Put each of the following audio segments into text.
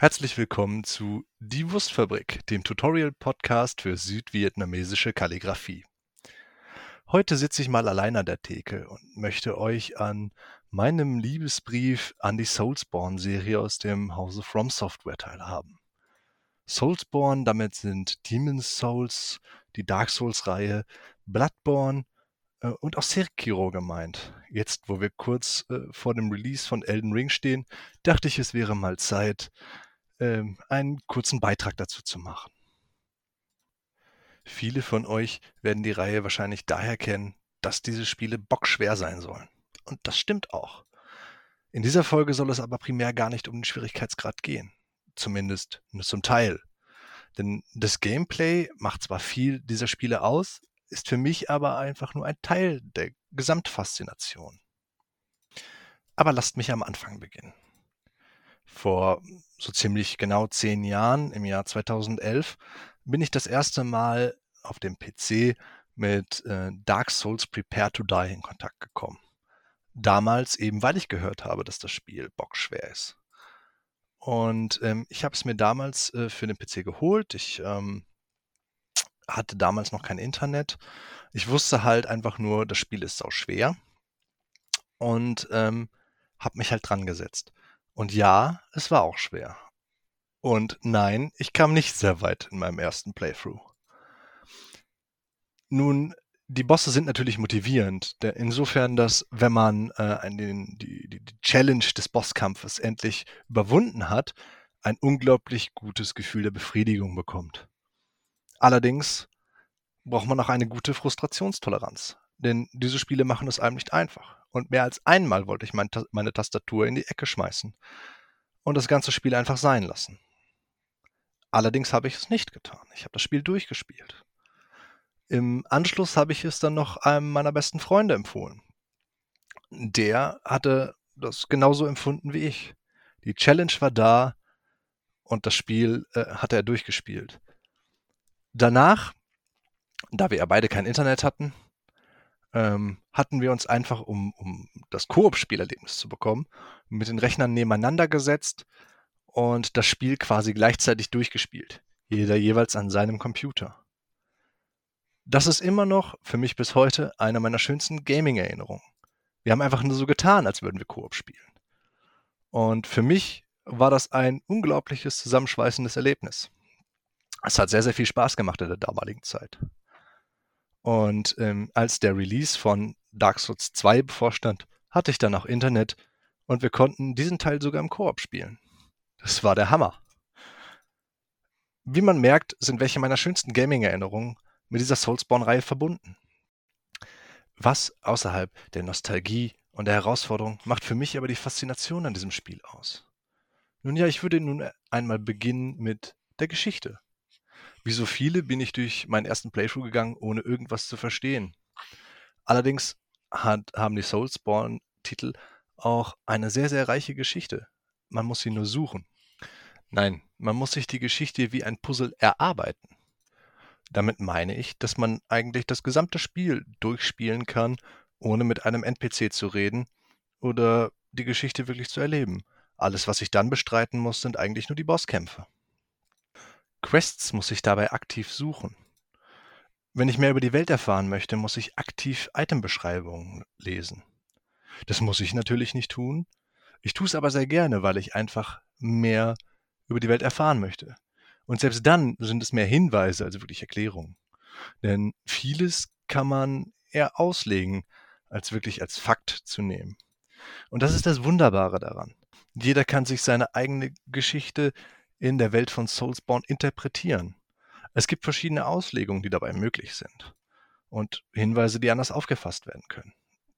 Herzlich willkommen zu Die Wurstfabrik, dem Tutorial-Podcast für südvietnamesische Kalligrafie. Heute sitze ich mal allein an der Theke und möchte euch an meinem Liebesbrief an die Soulsborne-Serie aus dem Hause From Software teilhaben. Soulsborne, damit sind Demon's Souls, die Dark Souls-Reihe, Bloodborne und auch Sekiro gemeint. Jetzt, wo wir kurz vor dem Release von Elden Ring stehen, dachte ich, es wäre mal Zeit, einen kurzen Beitrag dazu zu machen. Viele von euch werden die Reihe wahrscheinlich daher kennen, dass diese Spiele bockschwer sein sollen. Und das stimmt auch. In dieser Folge soll es aber primär gar nicht um den Schwierigkeitsgrad gehen. Zumindest nur zum Teil. Denn das Gameplay macht zwar viel dieser Spiele aus, ist für mich aber einfach nur ein Teil der Gesamtfaszination. Aber lasst mich am Anfang beginnen. Vor so ziemlich genau 10 Jahren, im Jahr 2011, bin ich das erste Mal auf dem PC mit Dark Souls Prepare to Die in Kontakt gekommen. Damals eben, weil ich gehört habe, dass das Spiel bockschwer ist. Und ich habe es mir damals für den PC geholt. Ich hatte damals noch kein Internet. Ich wusste halt einfach nur, das Spiel ist sauschwer und habe mich halt dran gesetzt. Und ja, es war auch schwer. Und nein, ich kam nicht sehr weit in meinem ersten Playthrough. Nun, die Bosse sind natürlich motivierend, insofern, dass wenn man die Challenge des Bosskampfes endlich überwunden hat, ein unglaublich gutes Gefühl der Befriedigung bekommt. Allerdings braucht man auch eine gute Frustrationstoleranz, denn diese Spiele machen es einem nicht einfach. Und mehr als einmal wollte ich meine Tastatur in die Ecke schmeißen und das ganze Spiel einfach sein lassen. Allerdings habe ich es nicht getan. Ich habe das Spiel durchgespielt. Im Anschluss habe ich es dann noch einem meiner besten Freunde empfohlen. Der hatte das genauso empfunden wie ich. Die Challenge war da und das Spiel hatte er durchgespielt. Danach, da wir ja beide kein Internet hatten, hatten wir uns einfach, um das Koop-Spielerlebnis zu bekommen, mit den Rechnern nebeneinander gesetzt und das Spiel quasi gleichzeitig durchgespielt. Jeder jeweils an seinem Computer. Das ist immer noch für mich bis heute eine meiner schönsten Gaming-Erinnerungen. Wir haben einfach nur so getan, als würden wir Koop spielen. Und für mich war das ein unglaubliches zusammenschweißendes Erlebnis. Es hat sehr, sehr viel Spaß gemacht in der damaligen Zeit. Und als der Release von Dark Souls 2 bevorstand, hatte ich dann auch Internet und wir konnten diesen Teil sogar im Koop spielen. Das war der Hammer. Wie man merkt, sind welche meiner schönsten Gaming-Erinnerungen mit dieser Soulsborne-Reihe verbunden. Was außerhalb der Nostalgie und der Herausforderung macht für mich aber die Faszination an diesem Spiel aus? Nun ja, ich würde nun einmal beginnen mit der Geschichte. Wie so viele bin ich durch meinen ersten Playthrough gegangen, ohne irgendwas zu verstehen. Allerdings haben die Soulsborne-Titel auch eine sehr, sehr reiche Geschichte. Man muss sie nur suchen. Nein, man muss sich die Geschichte wie ein Puzzle erarbeiten. Damit meine ich, dass man eigentlich das gesamte Spiel durchspielen kann, ohne mit einem NPC zu reden oder die Geschichte wirklich zu erleben. Alles, was ich dann bestreiten muss, sind eigentlich nur die Bosskämpfe. Quests muss ich dabei aktiv suchen. Wenn ich mehr über die Welt erfahren möchte, muss ich aktiv Itembeschreibungen lesen. Das muss ich natürlich nicht tun. Ich tue es aber sehr gerne, weil ich einfach mehr über die Welt erfahren möchte. Und selbst dann sind es mehr Hinweise als wirklich Erklärungen. Denn vieles kann man eher auslegen, als wirklich als Fakt zu nehmen. Und das ist das Wunderbare daran. Jeder kann sich seine eigene Geschichte in der Welt von Soulsborne interpretieren. Es gibt verschiedene Auslegungen, die dabei möglich sind und Hinweise, die anders aufgefasst werden können.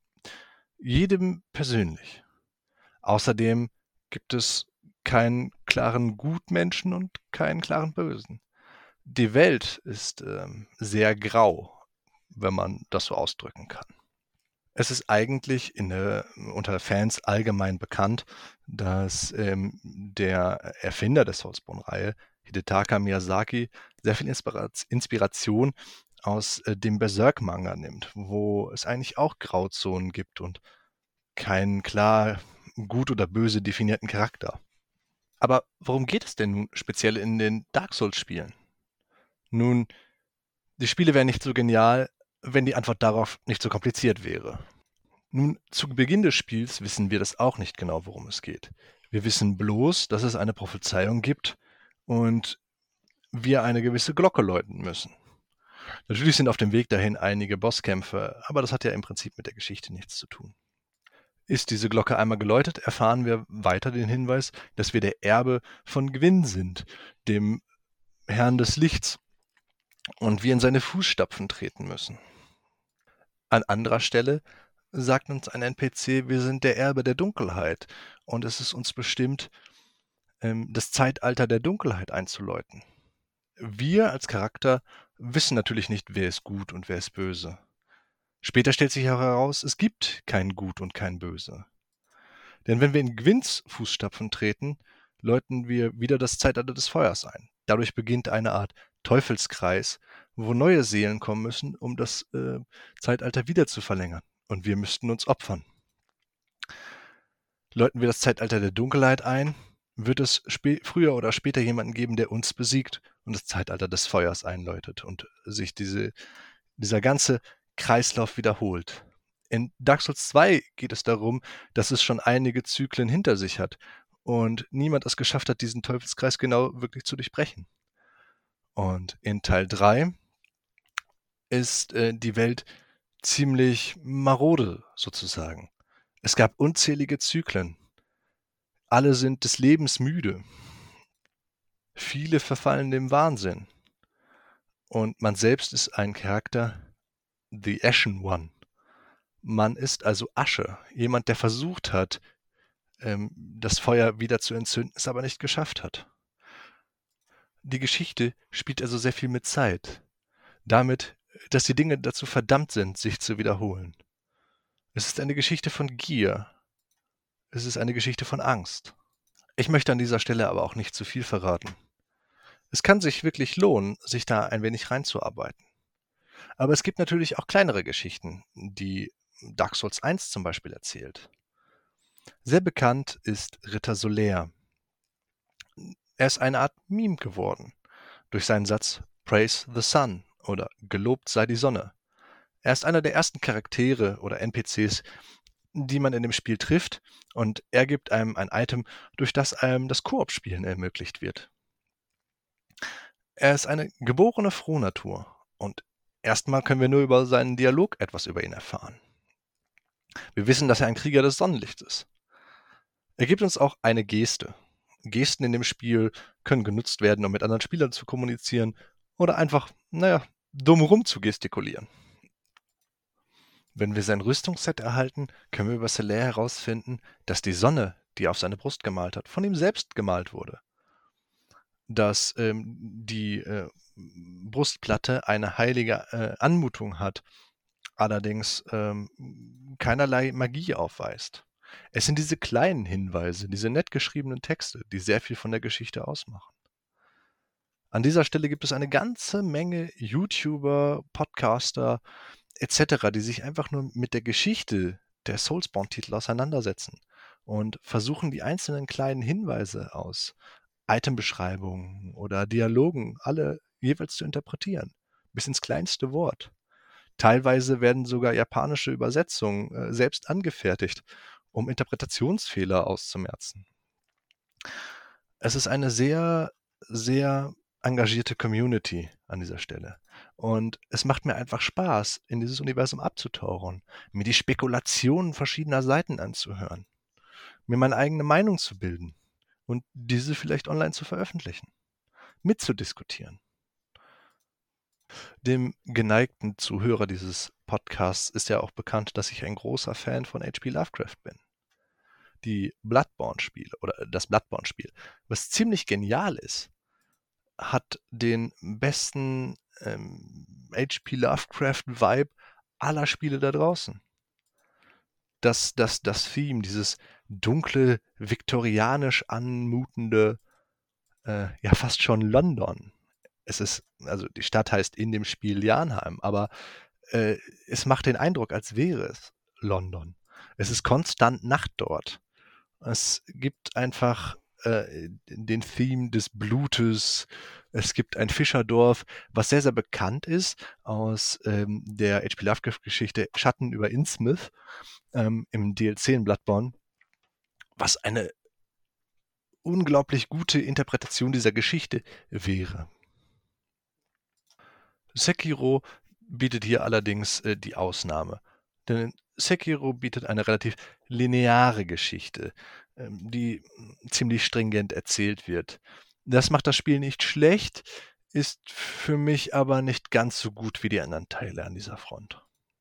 Jedem persönlich. Außerdem gibt es keinen klaren Gutmenschen und keinen klaren Bösen. Die Welt ist sehr grau, wenn man das so ausdrücken kann. Es ist eigentlich unter Fans allgemein bekannt, dass der Erfinder der Soulsborne-Reihe, Hidetaka Miyazaki, sehr viel Inspiration aus dem Berserk-Manga nimmt, wo es eigentlich auch Grauzonen gibt und keinen klar gut oder böse definierten Charakter. Aber worum geht es denn nun speziell in den Dark Souls-Spielen? Nun, die Spiele wären nicht so genial, wenn die Antwort darauf nicht so kompliziert wäre. Nun, zu Beginn des Spiels wissen wir das auch nicht genau, worum es geht. Wir wissen bloß, dass es eine Prophezeiung gibt und wir eine gewisse Glocke läuten müssen. Natürlich sind auf dem Weg dahin einige Bosskämpfe, aber das hat ja im Prinzip mit der Geschichte nichts zu tun. Ist diese Glocke einmal geläutet, erfahren wir weiter den Hinweis, dass wir der Erbe von Gwyn sind, dem Herrn des Lichts, und wir in seine Fußstapfen treten müssen. An anderer Stelle sagt uns ein NPC, wir sind der Erbe der Dunkelheit und es ist uns bestimmt, das Zeitalter der Dunkelheit einzuläuten. Wir als Charakter wissen natürlich nicht, wer ist gut und wer ist böse. Später stellt sich auch heraus, es gibt kein Gut und kein Böse. Denn wenn wir in Gwyns Fußstapfen treten, läuten wir wieder das Zeitalter des Feuers ein. Dadurch beginnt eine Art Teufelskreis, wo neue Seelen kommen müssen, um das Zeitalter wieder zu verlängern. Und wir müssten uns opfern. Läuten wir das Zeitalter der Dunkelheit ein, wird es früher oder später jemanden geben, der uns besiegt und das Zeitalter des Feuers einläutet und sich dieser ganze Kreislauf wiederholt. In Dark Souls 2 geht es darum, dass es schon einige Zyklen hinter sich hat und niemand es geschafft hat, diesen Teufelskreis genau wirklich zu durchbrechen. Und in Teil 3 ist die Welt ziemlich marode sozusagen. Es gab unzählige Zyklen. Alle sind des Lebens müde. Viele verfallen dem Wahnsinn. Und man selbst ist ein Charakter, The Ashen One. Man ist also Asche, jemand, der versucht hat, das Feuer wieder zu entzünden, es aber nicht geschafft hat. Die Geschichte spielt also sehr viel mit Zeit. Damit, dass die Dinge dazu verdammt sind, sich zu wiederholen. Es ist eine Geschichte von Gier. Es ist eine Geschichte von Angst. Ich möchte an dieser Stelle aber auch nicht zu viel verraten. Es kann sich wirklich lohnen, sich da ein wenig reinzuarbeiten. Aber es gibt natürlich auch kleinere Geschichten, die Dark Souls 1 zum Beispiel erzählt. Sehr bekannt ist Ritter Solaire. Er ist eine Art Meme geworden durch seinen Satz Praise the Sun oder Gelobt sei die Sonne. Er ist einer der ersten Charaktere oder NPCs, die man in dem Spiel trifft, und er gibt einem ein Item, durch das einem das Koop-Spielen ermöglicht wird. Er ist eine geborene Frohnatur und erstmal können wir nur über seinen Dialog etwas über ihn erfahren. Wir wissen, dass er ein Krieger des Sonnenlichts ist. Er gibt uns auch eine Geste. Gesten in dem Spiel können genutzt werden, um mit anderen Spielern zu kommunizieren oder einfach, dumm rum zu gestikulieren. Wenn wir sein Rüstungsset erhalten, können wir über Solaire herausfinden, dass die Sonne, die er auf seine Brust gemalt hat, von ihm selbst gemalt wurde. Dass die Brustplatte eine heilige Anmutung hat, allerdings keinerlei Magie aufweist. Es sind diese kleinen Hinweise, diese nett geschriebenen Texte, die sehr viel von der Geschichte ausmachen. An dieser Stelle gibt es eine ganze Menge YouTuber, Podcaster etc., die sich einfach nur mit der Geschichte der Soulsborne-Titel auseinandersetzen und versuchen, die einzelnen kleinen Hinweise aus Itembeschreibungen oder Dialogen alle jeweils zu interpretieren, bis ins kleinste Wort. Teilweise werden sogar japanische Übersetzungen selbst angefertigt, um Interpretationsfehler auszumerzen. Es ist eine sehr, sehr engagierte Community an dieser Stelle. Und es macht mir einfach Spaß, in dieses Universum abzutauchen, mir die Spekulationen verschiedener Seiten anzuhören, mir meine eigene Meinung zu bilden und diese vielleicht online zu veröffentlichen, mitzudiskutieren. Dem geneigten Zuhörer dieses Podcasts ist ja auch bekannt, dass ich ein großer Fan von H.P. Lovecraft bin. Die Bloodborne-Spiele oder das Bloodborne-Spiel, was ziemlich genial ist, hat den besten H.P. Lovecraft-Vibe aller Spiele da draußen. Das Theme, dieses dunkle, viktorianisch anmutende, fast schon London. Also die Stadt heißt in dem Spiel Jarnheim, aber es macht den Eindruck, als wäre es London. Es ist konstant Nacht dort. Es gibt einfach den Theme des Blutes. Es gibt ein Fischerdorf, was sehr, sehr bekannt ist aus der H.P. Lovecraft-Geschichte Schatten über Innsmouth im DLC in Bloodborne, was eine unglaublich gute Interpretation dieser Geschichte wäre. Sekiro bietet hier allerdings die Ausnahme. Denn Sekiro bietet eine relativ lineare Geschichte, die ziemlich stringent erzählt wird. Das macht das Spiel nicht schlecht, ist für mich aber nicht ganz so gut wie die anderen Teile an dieser Front.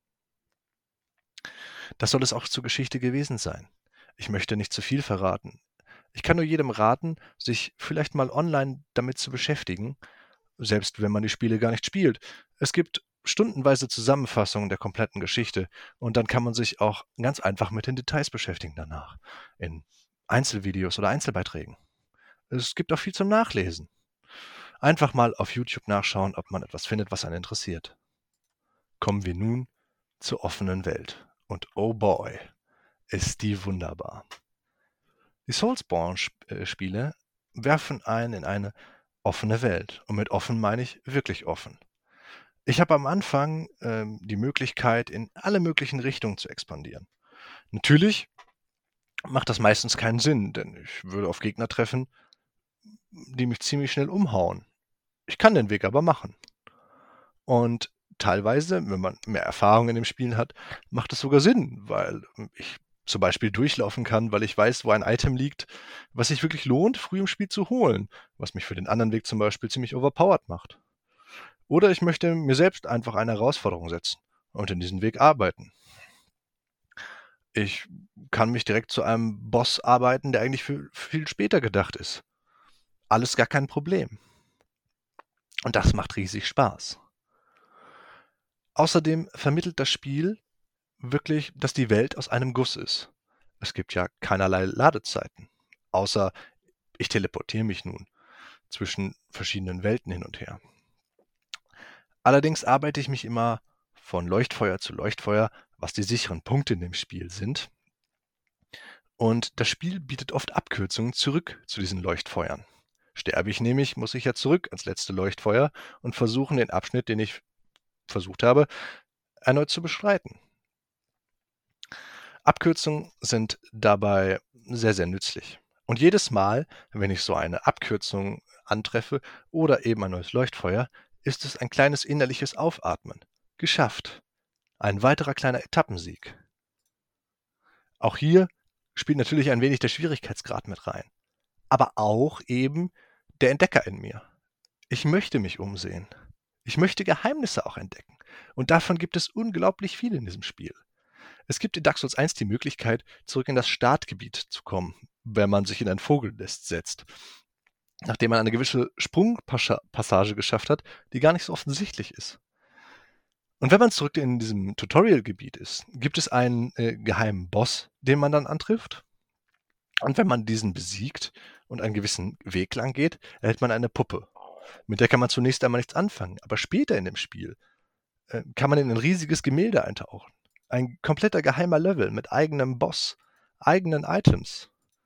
Das soll es auch zur Geschichte gewesen sein. Ich möchte nicht zu viel verraten. Ich kann nur jedem raten, sich vielleicht mal online damit zu beschäftigen, selbst wenn man die Spiele gar nicht spielt. Es gibt stundenweise Zusammenfassungen der kompletten Geschichte und dann kann man sich auch ganz einfach mit den Details beschäftigen danach, in Einzelvideos oder Einzelbeiträgen. Es gibt auch viel zum Nachlesen. Einfach mal auf YouTube nachschauen, ob man etwas findet, was einen interessiert. Kommen wir nun zur offenen Welt. Und oh boy, ist die wunderbar. Die Soulsborne-Spiele werfen einen in eine offene Welt. Und mit offen meine ich wirklich offen. Ich habe am Anfang die Möglichkeit, in alle möglichen Richtungen zu expandieren. Natürlich macht das meistens keinen Sinn, denn ich würde auf Gegner treffen, die mich ziemlich schnell umhauen. Ich kann den Weg aber machen. Und teilweise, wenn man mehr Erfahrung in dem Spiel hat, macht es sogar Sinn, weil ich zum Beispiel durchlaufen kann, weil ich weiß, wo ein Item liegt, was sich wirklich lohnt, früh im Spiel zu holen, was mich für den anderen Weg zum Beispiel ziemlich overpowered macht. Oder ich möchte mir selbst einfach eine Herausforderung setzen und in diesen Weg arbeiten. Ich kann mich direkt zu einem Boss arbeiten, der eigentlich für viel später gedacht ist. Alles gar kein Problem. Und das macht riesig Spaß. Außerdem vermittelt das Spiel wirklich, dass die Welt aus einem Guss ist. Es gibt ja keinerlei Ladezeiten, außer ich teleportiere mich nun zwischen verschiedenen Welten hin und her. Allerdings arbeite ich mich immer von Leuchtfeuer zu Leuchtfeuer, was die sicheren Punkte in dem Spiel sind. Und das Spiel bietet oft Abkürzungen zurück zu diesen Leuchtfeuern. Sterbe ich nämlich, muss ich ja zurück ans letzte Leuchtfeuer und versuchen, den Abschnitt, den ich versucht habe, erneut zu beschreiten. Abkürzungen sind dabei sehr, sehr nützlich. Und jedes Mal, wenn ich so eine Abkürzung antreffe oder eben ein neues Leuchtfeuer, ist es ein kleines innerliches Aufatmen. Geschafft. Ein weiterer kleiner Etappensieg. Auch hier spielt natürlich ein wenig der Schwierigkeitsgrad mit rein. Aber auch eben der Entdecker in mir. Ich möchte mich umsehen. Ich möchte Geheimnisse auch entdecken. Und davon gibt es unglaublich viele in diesem Spiel. Es gibt in Dark Souls 1 die Möglichkeit, zurück in das Startgebiet zu kommen, wenn man sich in ein Vogelnest setzt. Nachdem man eine gewisse Sprungpassage geschafft hat, die gar nicht so offensichtlich ist. Und wenn man zurück in diesem Tutorial-Gebiet ist, gibt es einen geheimen Boss, den man dann antrifft. Und wenn man diesen besiegt und einen gewissen Weg lang geht, erhält man eine Puppe. Mit der kann man zunächst einmal nichts anfangen. Aber später in dem Spiel kann man in ein riesiges Gemälde eintauchen. Ein kompletter geheimer Level mit eigenem Boss, eigenen Items,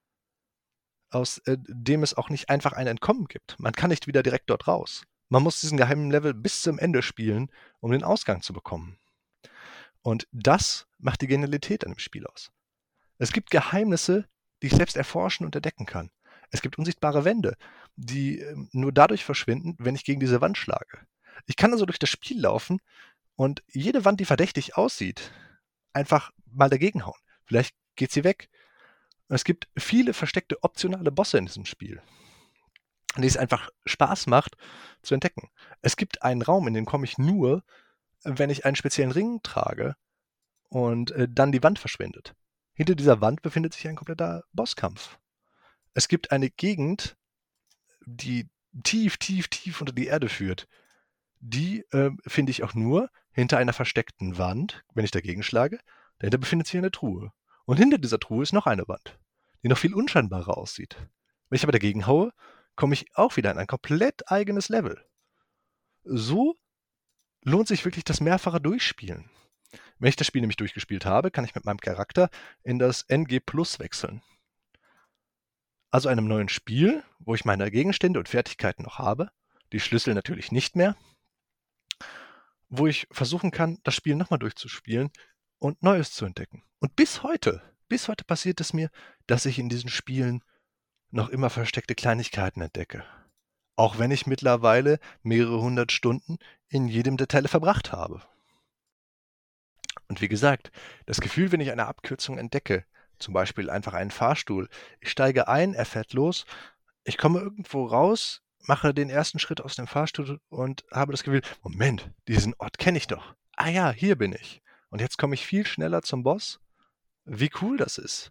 aus dem es auch nicht einfach ein Entkommen gibt. Man kann nicht wieder direkt dort raus. Man muss diesen geheimen Level bis zum Ende spielen, um den Ausgang zu bekommen. Und das macht die Genialität an dem Spiel aus. Es gibt Geheimnisse, die ich selbst erforschen und entdecken kann. Es gibt unsichtbare Wände, die nur dadurch verschwinden, wenn ich gegen diese Wand schlage. Ich kann also durch das Spiel laufen und jede Wand, die verdächtig aussieht, einfach mal dagegen hauen. Vielleicht geht sie weg. Es gibt viele versteckte optionale Bosse in diesem Spiel, die es einfach Spaß macht zu entdecken. Es gibt einen Raum, in den komme ich nur, wenn ich einen speziellen Ring trage und dann die Wand verschwindet. Hinter dieser Wand befindet sich ein kompletter Bosskampf. Es gibt eine Gegend, die tief, tief, tief unter die Erde führt. Die finde ich auch nur hinter einer versteckten Wand, wenn ich dagegen schlage. Dahinter befindet sich eine Truhe. Und hinter dieser Truhe ist noch eine Wand, die noch viel unscheinbarer aussieht. Wenn ich aber dagegen haue, komme ich auch wieder in ein komplett eigenes Level. So lohnt sich wirklich das mehrfache Durchspielen. Wenn ich das Spiel nämlich durchgespielt habe, kann ich mit meinem Charakter in das NG Plus wechseln. also einem neuen Spiel, wo ich meine Gegenstände und Fertigkeiten noch habe, die Schlüssel natürlich nicht mehr, wo ich versuchen kann, das Spiel nochmal durchzuspielen und Neues zu entdecken. Und bis heute passiert es mir, dass ich in diesen Spielen noch immer versteckte Kleinigkeiten entdecke. Auch wenn ich mittlerweile mehrere hundert Stunden in jedem Detail verbracht habe. Und wie gesagt, das Gefühl, wenn ich eine Abkürzung entdecke, zum Beispiel einfach einen Fahrstuhl, ich steige ein, er fährt los, ich komme irgendwo raus, mache den ersten Schritt aus dem Fahrstuhl und habe das Gefühl, Moment, diesen Ort kenne ich doch. Ah ja, hier bin ich. Und jetzt komme ich viel schneller zum Boss. Wie cool das ist.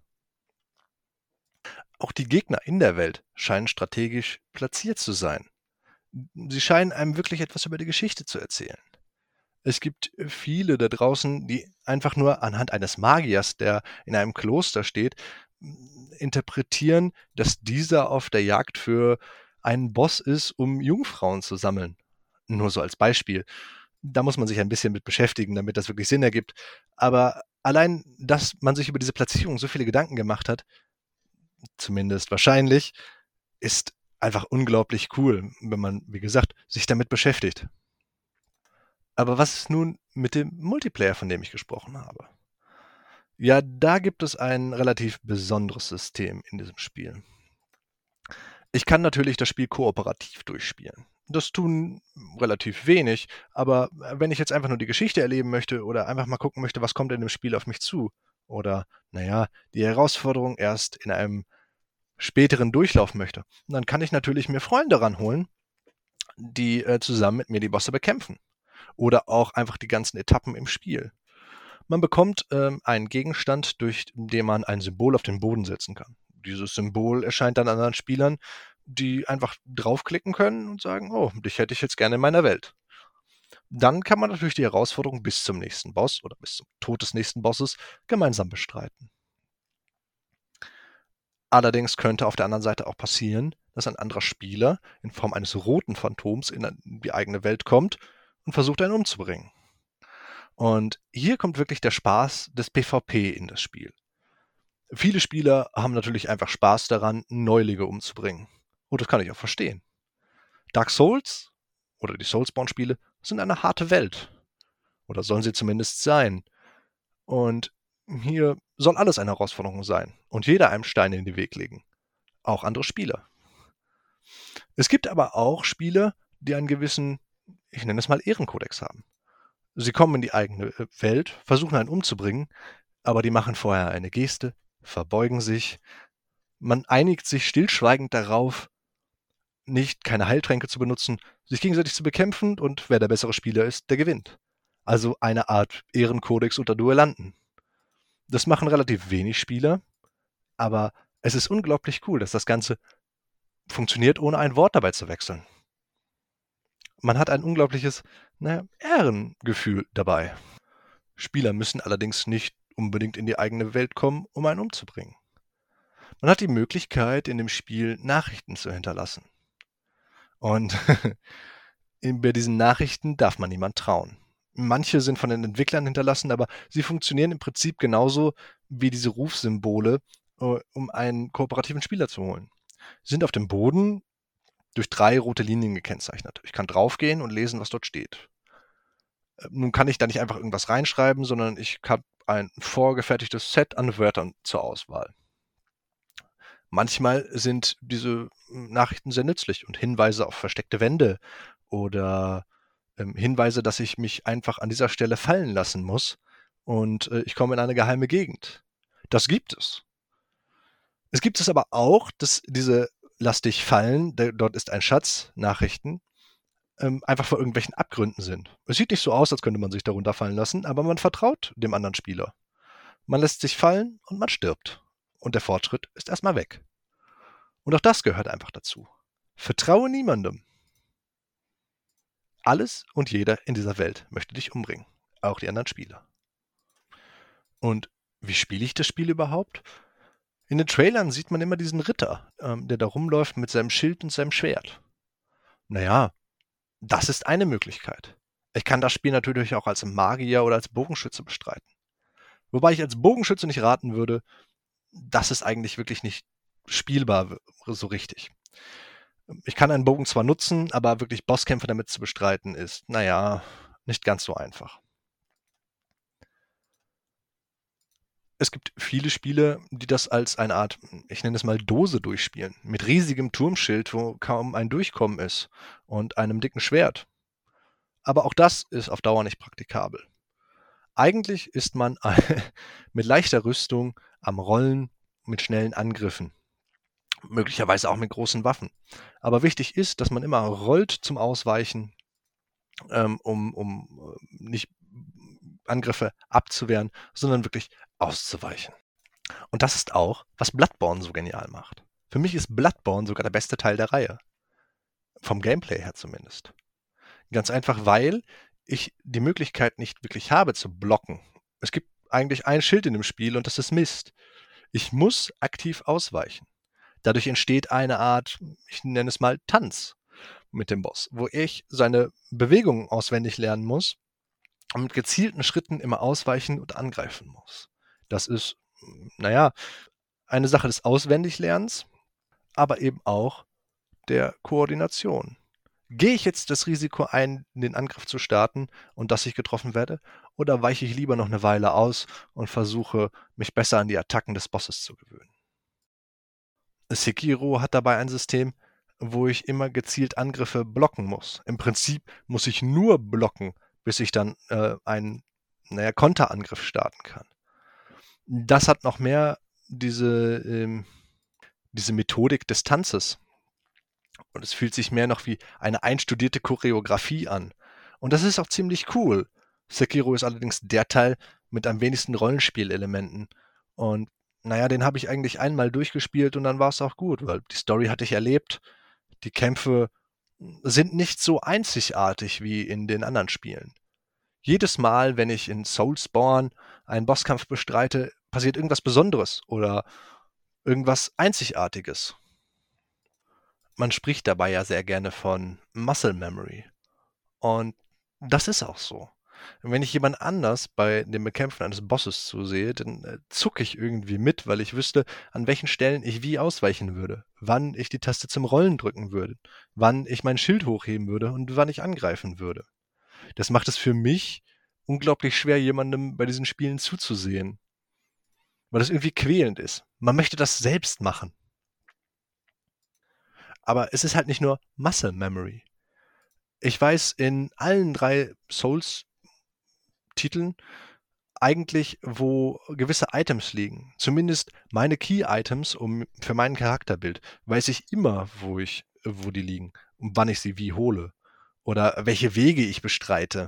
Auch die Gegner in der Welt scheinen strategisch platziert zu sein. Sie scheinen einem wirklich etwas über die Geschichte zu erzählen. Es gibt viele da draußen, die einfach nur anhand eines Magiers, der in einem Kloster steht, interpretieren, dass dieser auf der Jagd für einen Boss ist, um Jungfrauen zu sammeln. Nur so als Beispiel. Da muss man sich ein bisschen mit beschäftigen, damit das wirklich Sinn ergibt. Aber allein, dass man sich über diese Platzierung so viele Gedanken gemacht hat, zumindest wahrscheinlich, ist einfach unglaublich cool, wenn man, wie gesagt, sich damit beschäftigt. Aber was ist nun mit dem Multiplayer, von dem ich gesprochen habe? Ja, da gibt es ein relativ besonderes System in diesem Spiel. Ich kann natürlich das Spiel kooperativ durchspielen. Das tun relativ wenig, aber wenn ich jetzt einfach nur die Geschichte erleben möchte oder einfach mal gucken möchte, was kommt in dem Spiel auf mich zu, oder naja, die Herausforderung erst in einem späteren Durchlauf möchte, dann kann ich natürlich mir Freunde ranholen, die zusammen mit mir die Bosse bekämpfen. Oder auch einfach die ganzen Etappen im Spiel. Man bekommt einen Gegenstand, durch den man ein Symbol auf den Boden setzen kann. Dieses Symbol erscheint dann anderen Spielern, die einfach draufklicken können und sagen, oh, dich hätte ich jetzt gerne in meiner Welt. Dann kann man natürlich die Herausforderung bis zum nächsten Boss oder bis zum Tod des nächsten Bosses gemeinsam bestreiten. Allerdings könnte auf der anderen Seite auch passieren, dass ein anderer Spieler in Form eines roten Phantoms in die eigene Welt kommt und versucht, einen umzubringen. Und hier kommt wirklich der Spaß des PvP in das Spiel. Viele Spieler haben natürlich einfach Spaß daran, Neulinge umzubringen. Und das kann ich auch verstehen. Dark Souls oder die Soulsborne-Spiele sind eine harte Welt. Oder sollen sie zumindest sein. Und hier soll alles eine Herausforderung sein. Und jeder einem Stein in den Weg legen. Auch andere Spieler. Es gibt aber auch Spieler, die einen gewissen, ich nenne es mal Ehrenkodex haben. Sie kommen in die eigene Welt, versuchen einen umzubringen, aber die machen vorher eine Geste, verbeugen sich. Man einigt sich stillschweigend darauf, nicht keine Heiltränke zu benutzen, sich gegenseitig zu bekämpfen und wer der bessere Spieler ist, der gewinnt. Also eine Art Ehrenkodex unter Duellanten. Das machen relativ wenig Spieler, aber es ist unglaublich cool, dass das Ganze funktioniert, ohne ein Wort dabei zu wechseln. Man hat ein unglaubliches, Ehrengefühl dabei. Spieler müssen allerdings nicht unbedingt in die eigene Welt kommen, um einen umzubringen. Man hat die Möglichkeit, in dem Spiel Nachrichten zu hinterlassen. Und bei diesen Nachrichten darf man niemand trauen. Manche sind von den Entwicklern hinterlassen, aber sie funktionieren im Prinzip genauso wie diese Rufsymbole, um einen kooperativen Spieler zu holen. Sie sind auf dem Boden durch 3 rote Linien gekennzeichnet. Ich kann draufgehen und lesen, was dort steht. Nun kann ich da nicht einfach irgendwas reinschreiben, sondern ich habe ein vorgefertigtes Set an Wörtern zur Auswahl. Manchmal sind diese Nachrichten sehr nützlich und Hinweise auf versteckte Wände oder Hinweise, dass ich mich einfach an dieser Stelle fallen lassen muss und ich komme in eine geheime Gegend. Das gibt es. Es gibt es aber auch, dass diese Lass dich fallen, dort ist ein Schatz, Nachrichten, einfach vor irgendwelchen Abgründen sind. Es sieht nicht so aus, als könnte man sich darunter fallen lassen, aber man vertraut dem anderen Spieler. Man lässt sich fallen und man stirbt. Und der Fortschritt ist erstmal weg. Und auch das gehört einfach dazu. Vertraue niemandem. Alles und jeder in dieser Welt möchte dich umbringen. Auch die anderen Spieler. Und wie spiele ich das Spiel überhaupt? In den Trailern sieht man immer diesen Ritter, der da rumläuft mit seinem Schild und seinem Schwert. Naja, das ist eine Möglichkeit. Ich kann das Spiel natürlich auch als Magier oder als Bogenschütze bestreiten. Wobei ich als Bogenschütze nicht raten würde, das ist eigentlich wirklich nicht spielbar so richtig. Ich kann einen Bogen zwar nutzen, aber wirklich Bosskämpfe damit zu bestreiten ist, naja, nicht ganz so einfach. Es gibt viele Spiele, die das als eine Art, ich nenne es mal Dose durchspielen, mit riesigem Turmschild, wo kaum ein Durchkommen ist und einem dicken Schwert. Aber auch das ist auf Dauer nicht praktikabel. Eigentlich ist man mit leichter Rüstung am Rollen mit schnellen Angriffen, möglicherweise auch mit großen Waffen. Aber wichtig ist, dass man immer rollt zum Ausweichen, um nicht Angriffe abzuwehren, sondern wirklich auszuweichen. Und das ist auch, was Bloodborne so genial macht. Für mich ist Bloodborne sogar der beste Teil der Reihe. Vom Gameplay her zumindest. Ganz einfach, weil ich die Möglichkeit nicht wirklich habe zu blocken. Es gibt eigentlich ein Schild in dem Spiel und das ist Mist. Ich muss aktiv ausweichen. Dadurch entsteht eine Art, ich nenne es mal Tanz mit dem Boss, wo ich seine Bewegungen auswendig lernen muss und mit gezielten Schritten immer ausweichen und angreifen muss. Das ist, naja, eine Sache des Auswendiglernens, aber eben auch der Koordination. Gehe ich jetzt das Risiko ein, den Angriff zu starten und dass ich getroffen werde, oder weiche ich lieber noch eine Weile aus und versuche, mich besser an die Attacken des Bosses zu gewöhnen? Sekiro hat dabei ein System, wo ich immer gezielt Angriffe blocken muss. Im Prinzip muss ich nur blocken, bis ich dann einen Konterangriff starten kann. Das hat noch mehr diese Methodik des Tanzes. Und es fühlt sich mehr noch wie eine einstudierte Choreografie an. Und das ist auch ziemlich cool. Sekiro ist allerdings der Teil mit am wenigsten Rollenspielelementen. Und naja, den habe ich eigentlich einmal durchgespielt und dann war es auch gut, weil die Story hatte ich erlebt. Die Kämpfe sind nicht so einzigartig wie in den anderen Spielen. Jedes Mal, wenn ich in Soulsborne einen Bosskampf bestreite, passiert irgendwas Besonderes oder irgendwas Einzigartiges. Man spricht dabei ja sehr gerne von Muscle Memory. Und das ist auch so. Und wenn ich jemand anders bei dem Bekämpfen eines Bosses zusehe, dann zucke ich irgendwie mit, weil ich wüsste, an welchen Stellen ich wie ausweichen würde, wann ich die Taste zum Rollen drücken würde, wann ich mein Schild hochheben würde und wann ich angreifen würde. Das macht es für mich unglaublich schwer, jemandem bei diesen Spielen zuzusehen, weil das irgendwie quälend ist. Man möchte das selbst machen. Aber es ist halt nicht nur Muscle Memory. Ich weiß in allen 3 Souls-Titeln eigentlich, wo gewisse Items liegen. Zumindest meine Key-Items für mein Charakterbild. Weiß ich immer, wo die liegen und wann ich sie wie hole. Oder welche Wege ich bestreite.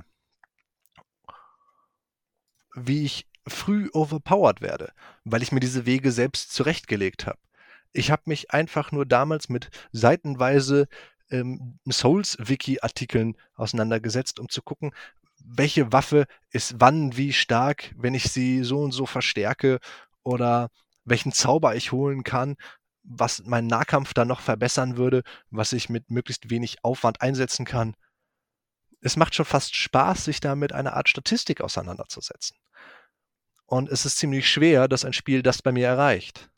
Wie ich früh overpowered werde, weil ich mir diese Wege selbst zurechtgelegt habe. Ich habe mich einfach nur damals mit seitenweise Souls-Wiki-Artikeln auseinandergesetzt, um zu gucken, welche Waffe ist wann wie stark, wenn ich sie so und so verstärke oder welchen Zauber ich holen kann, was meinen Nahkampf dann noch verbessern würde, was ich mit möglichst wenig Aufwand einsetzen kann. Es macht schon fast Spaß, sich da mit einer Art Statistik auseinanderzusetzen. Und es ist ziemlich schwer, dass ein Spiel das bei mir erreicht.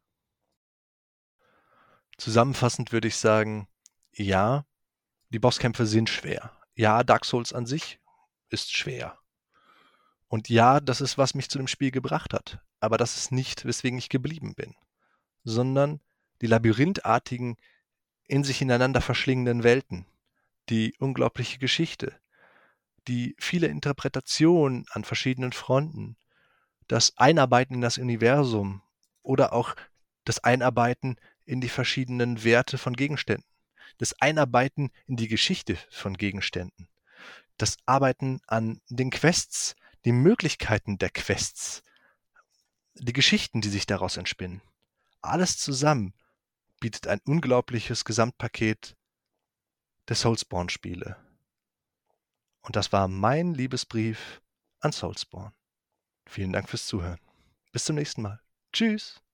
Zusammenfassend würde ich sagen, ja, die Bosskämpfe sind schwer. Ja, Dark Souls an sich ist schwer. Und ja, das ist, was mich zu dem Spiel gebracht hat. Aber das ist nicht, weswegen ich geblieben bin. Sondern die labyrinthartigen, in sich ineinander verschlingenden Welten, die unglaubliche Geschichte, die viele Interpretationen an verschiedenen Fronten, das Einarbeiten in das Universum oder auch das Einarbeiten in die verschiedenen Werte von Gegenständen, das Einarbeiten in die Geschichte von Gegenständen, das Arbeiten an den Quests, die Möglichkeiten der Quests, die Geschichten, die sich daraus entspinnen. Alles zusammen bietet ein unglaubliches Gesamtpaket der Soulsborne-Spiele. Und das war mein Liebesbrief an Soulsborne. Vielen Dank fürs Zuhören. Bis zum nächsten Mal. Tschüss.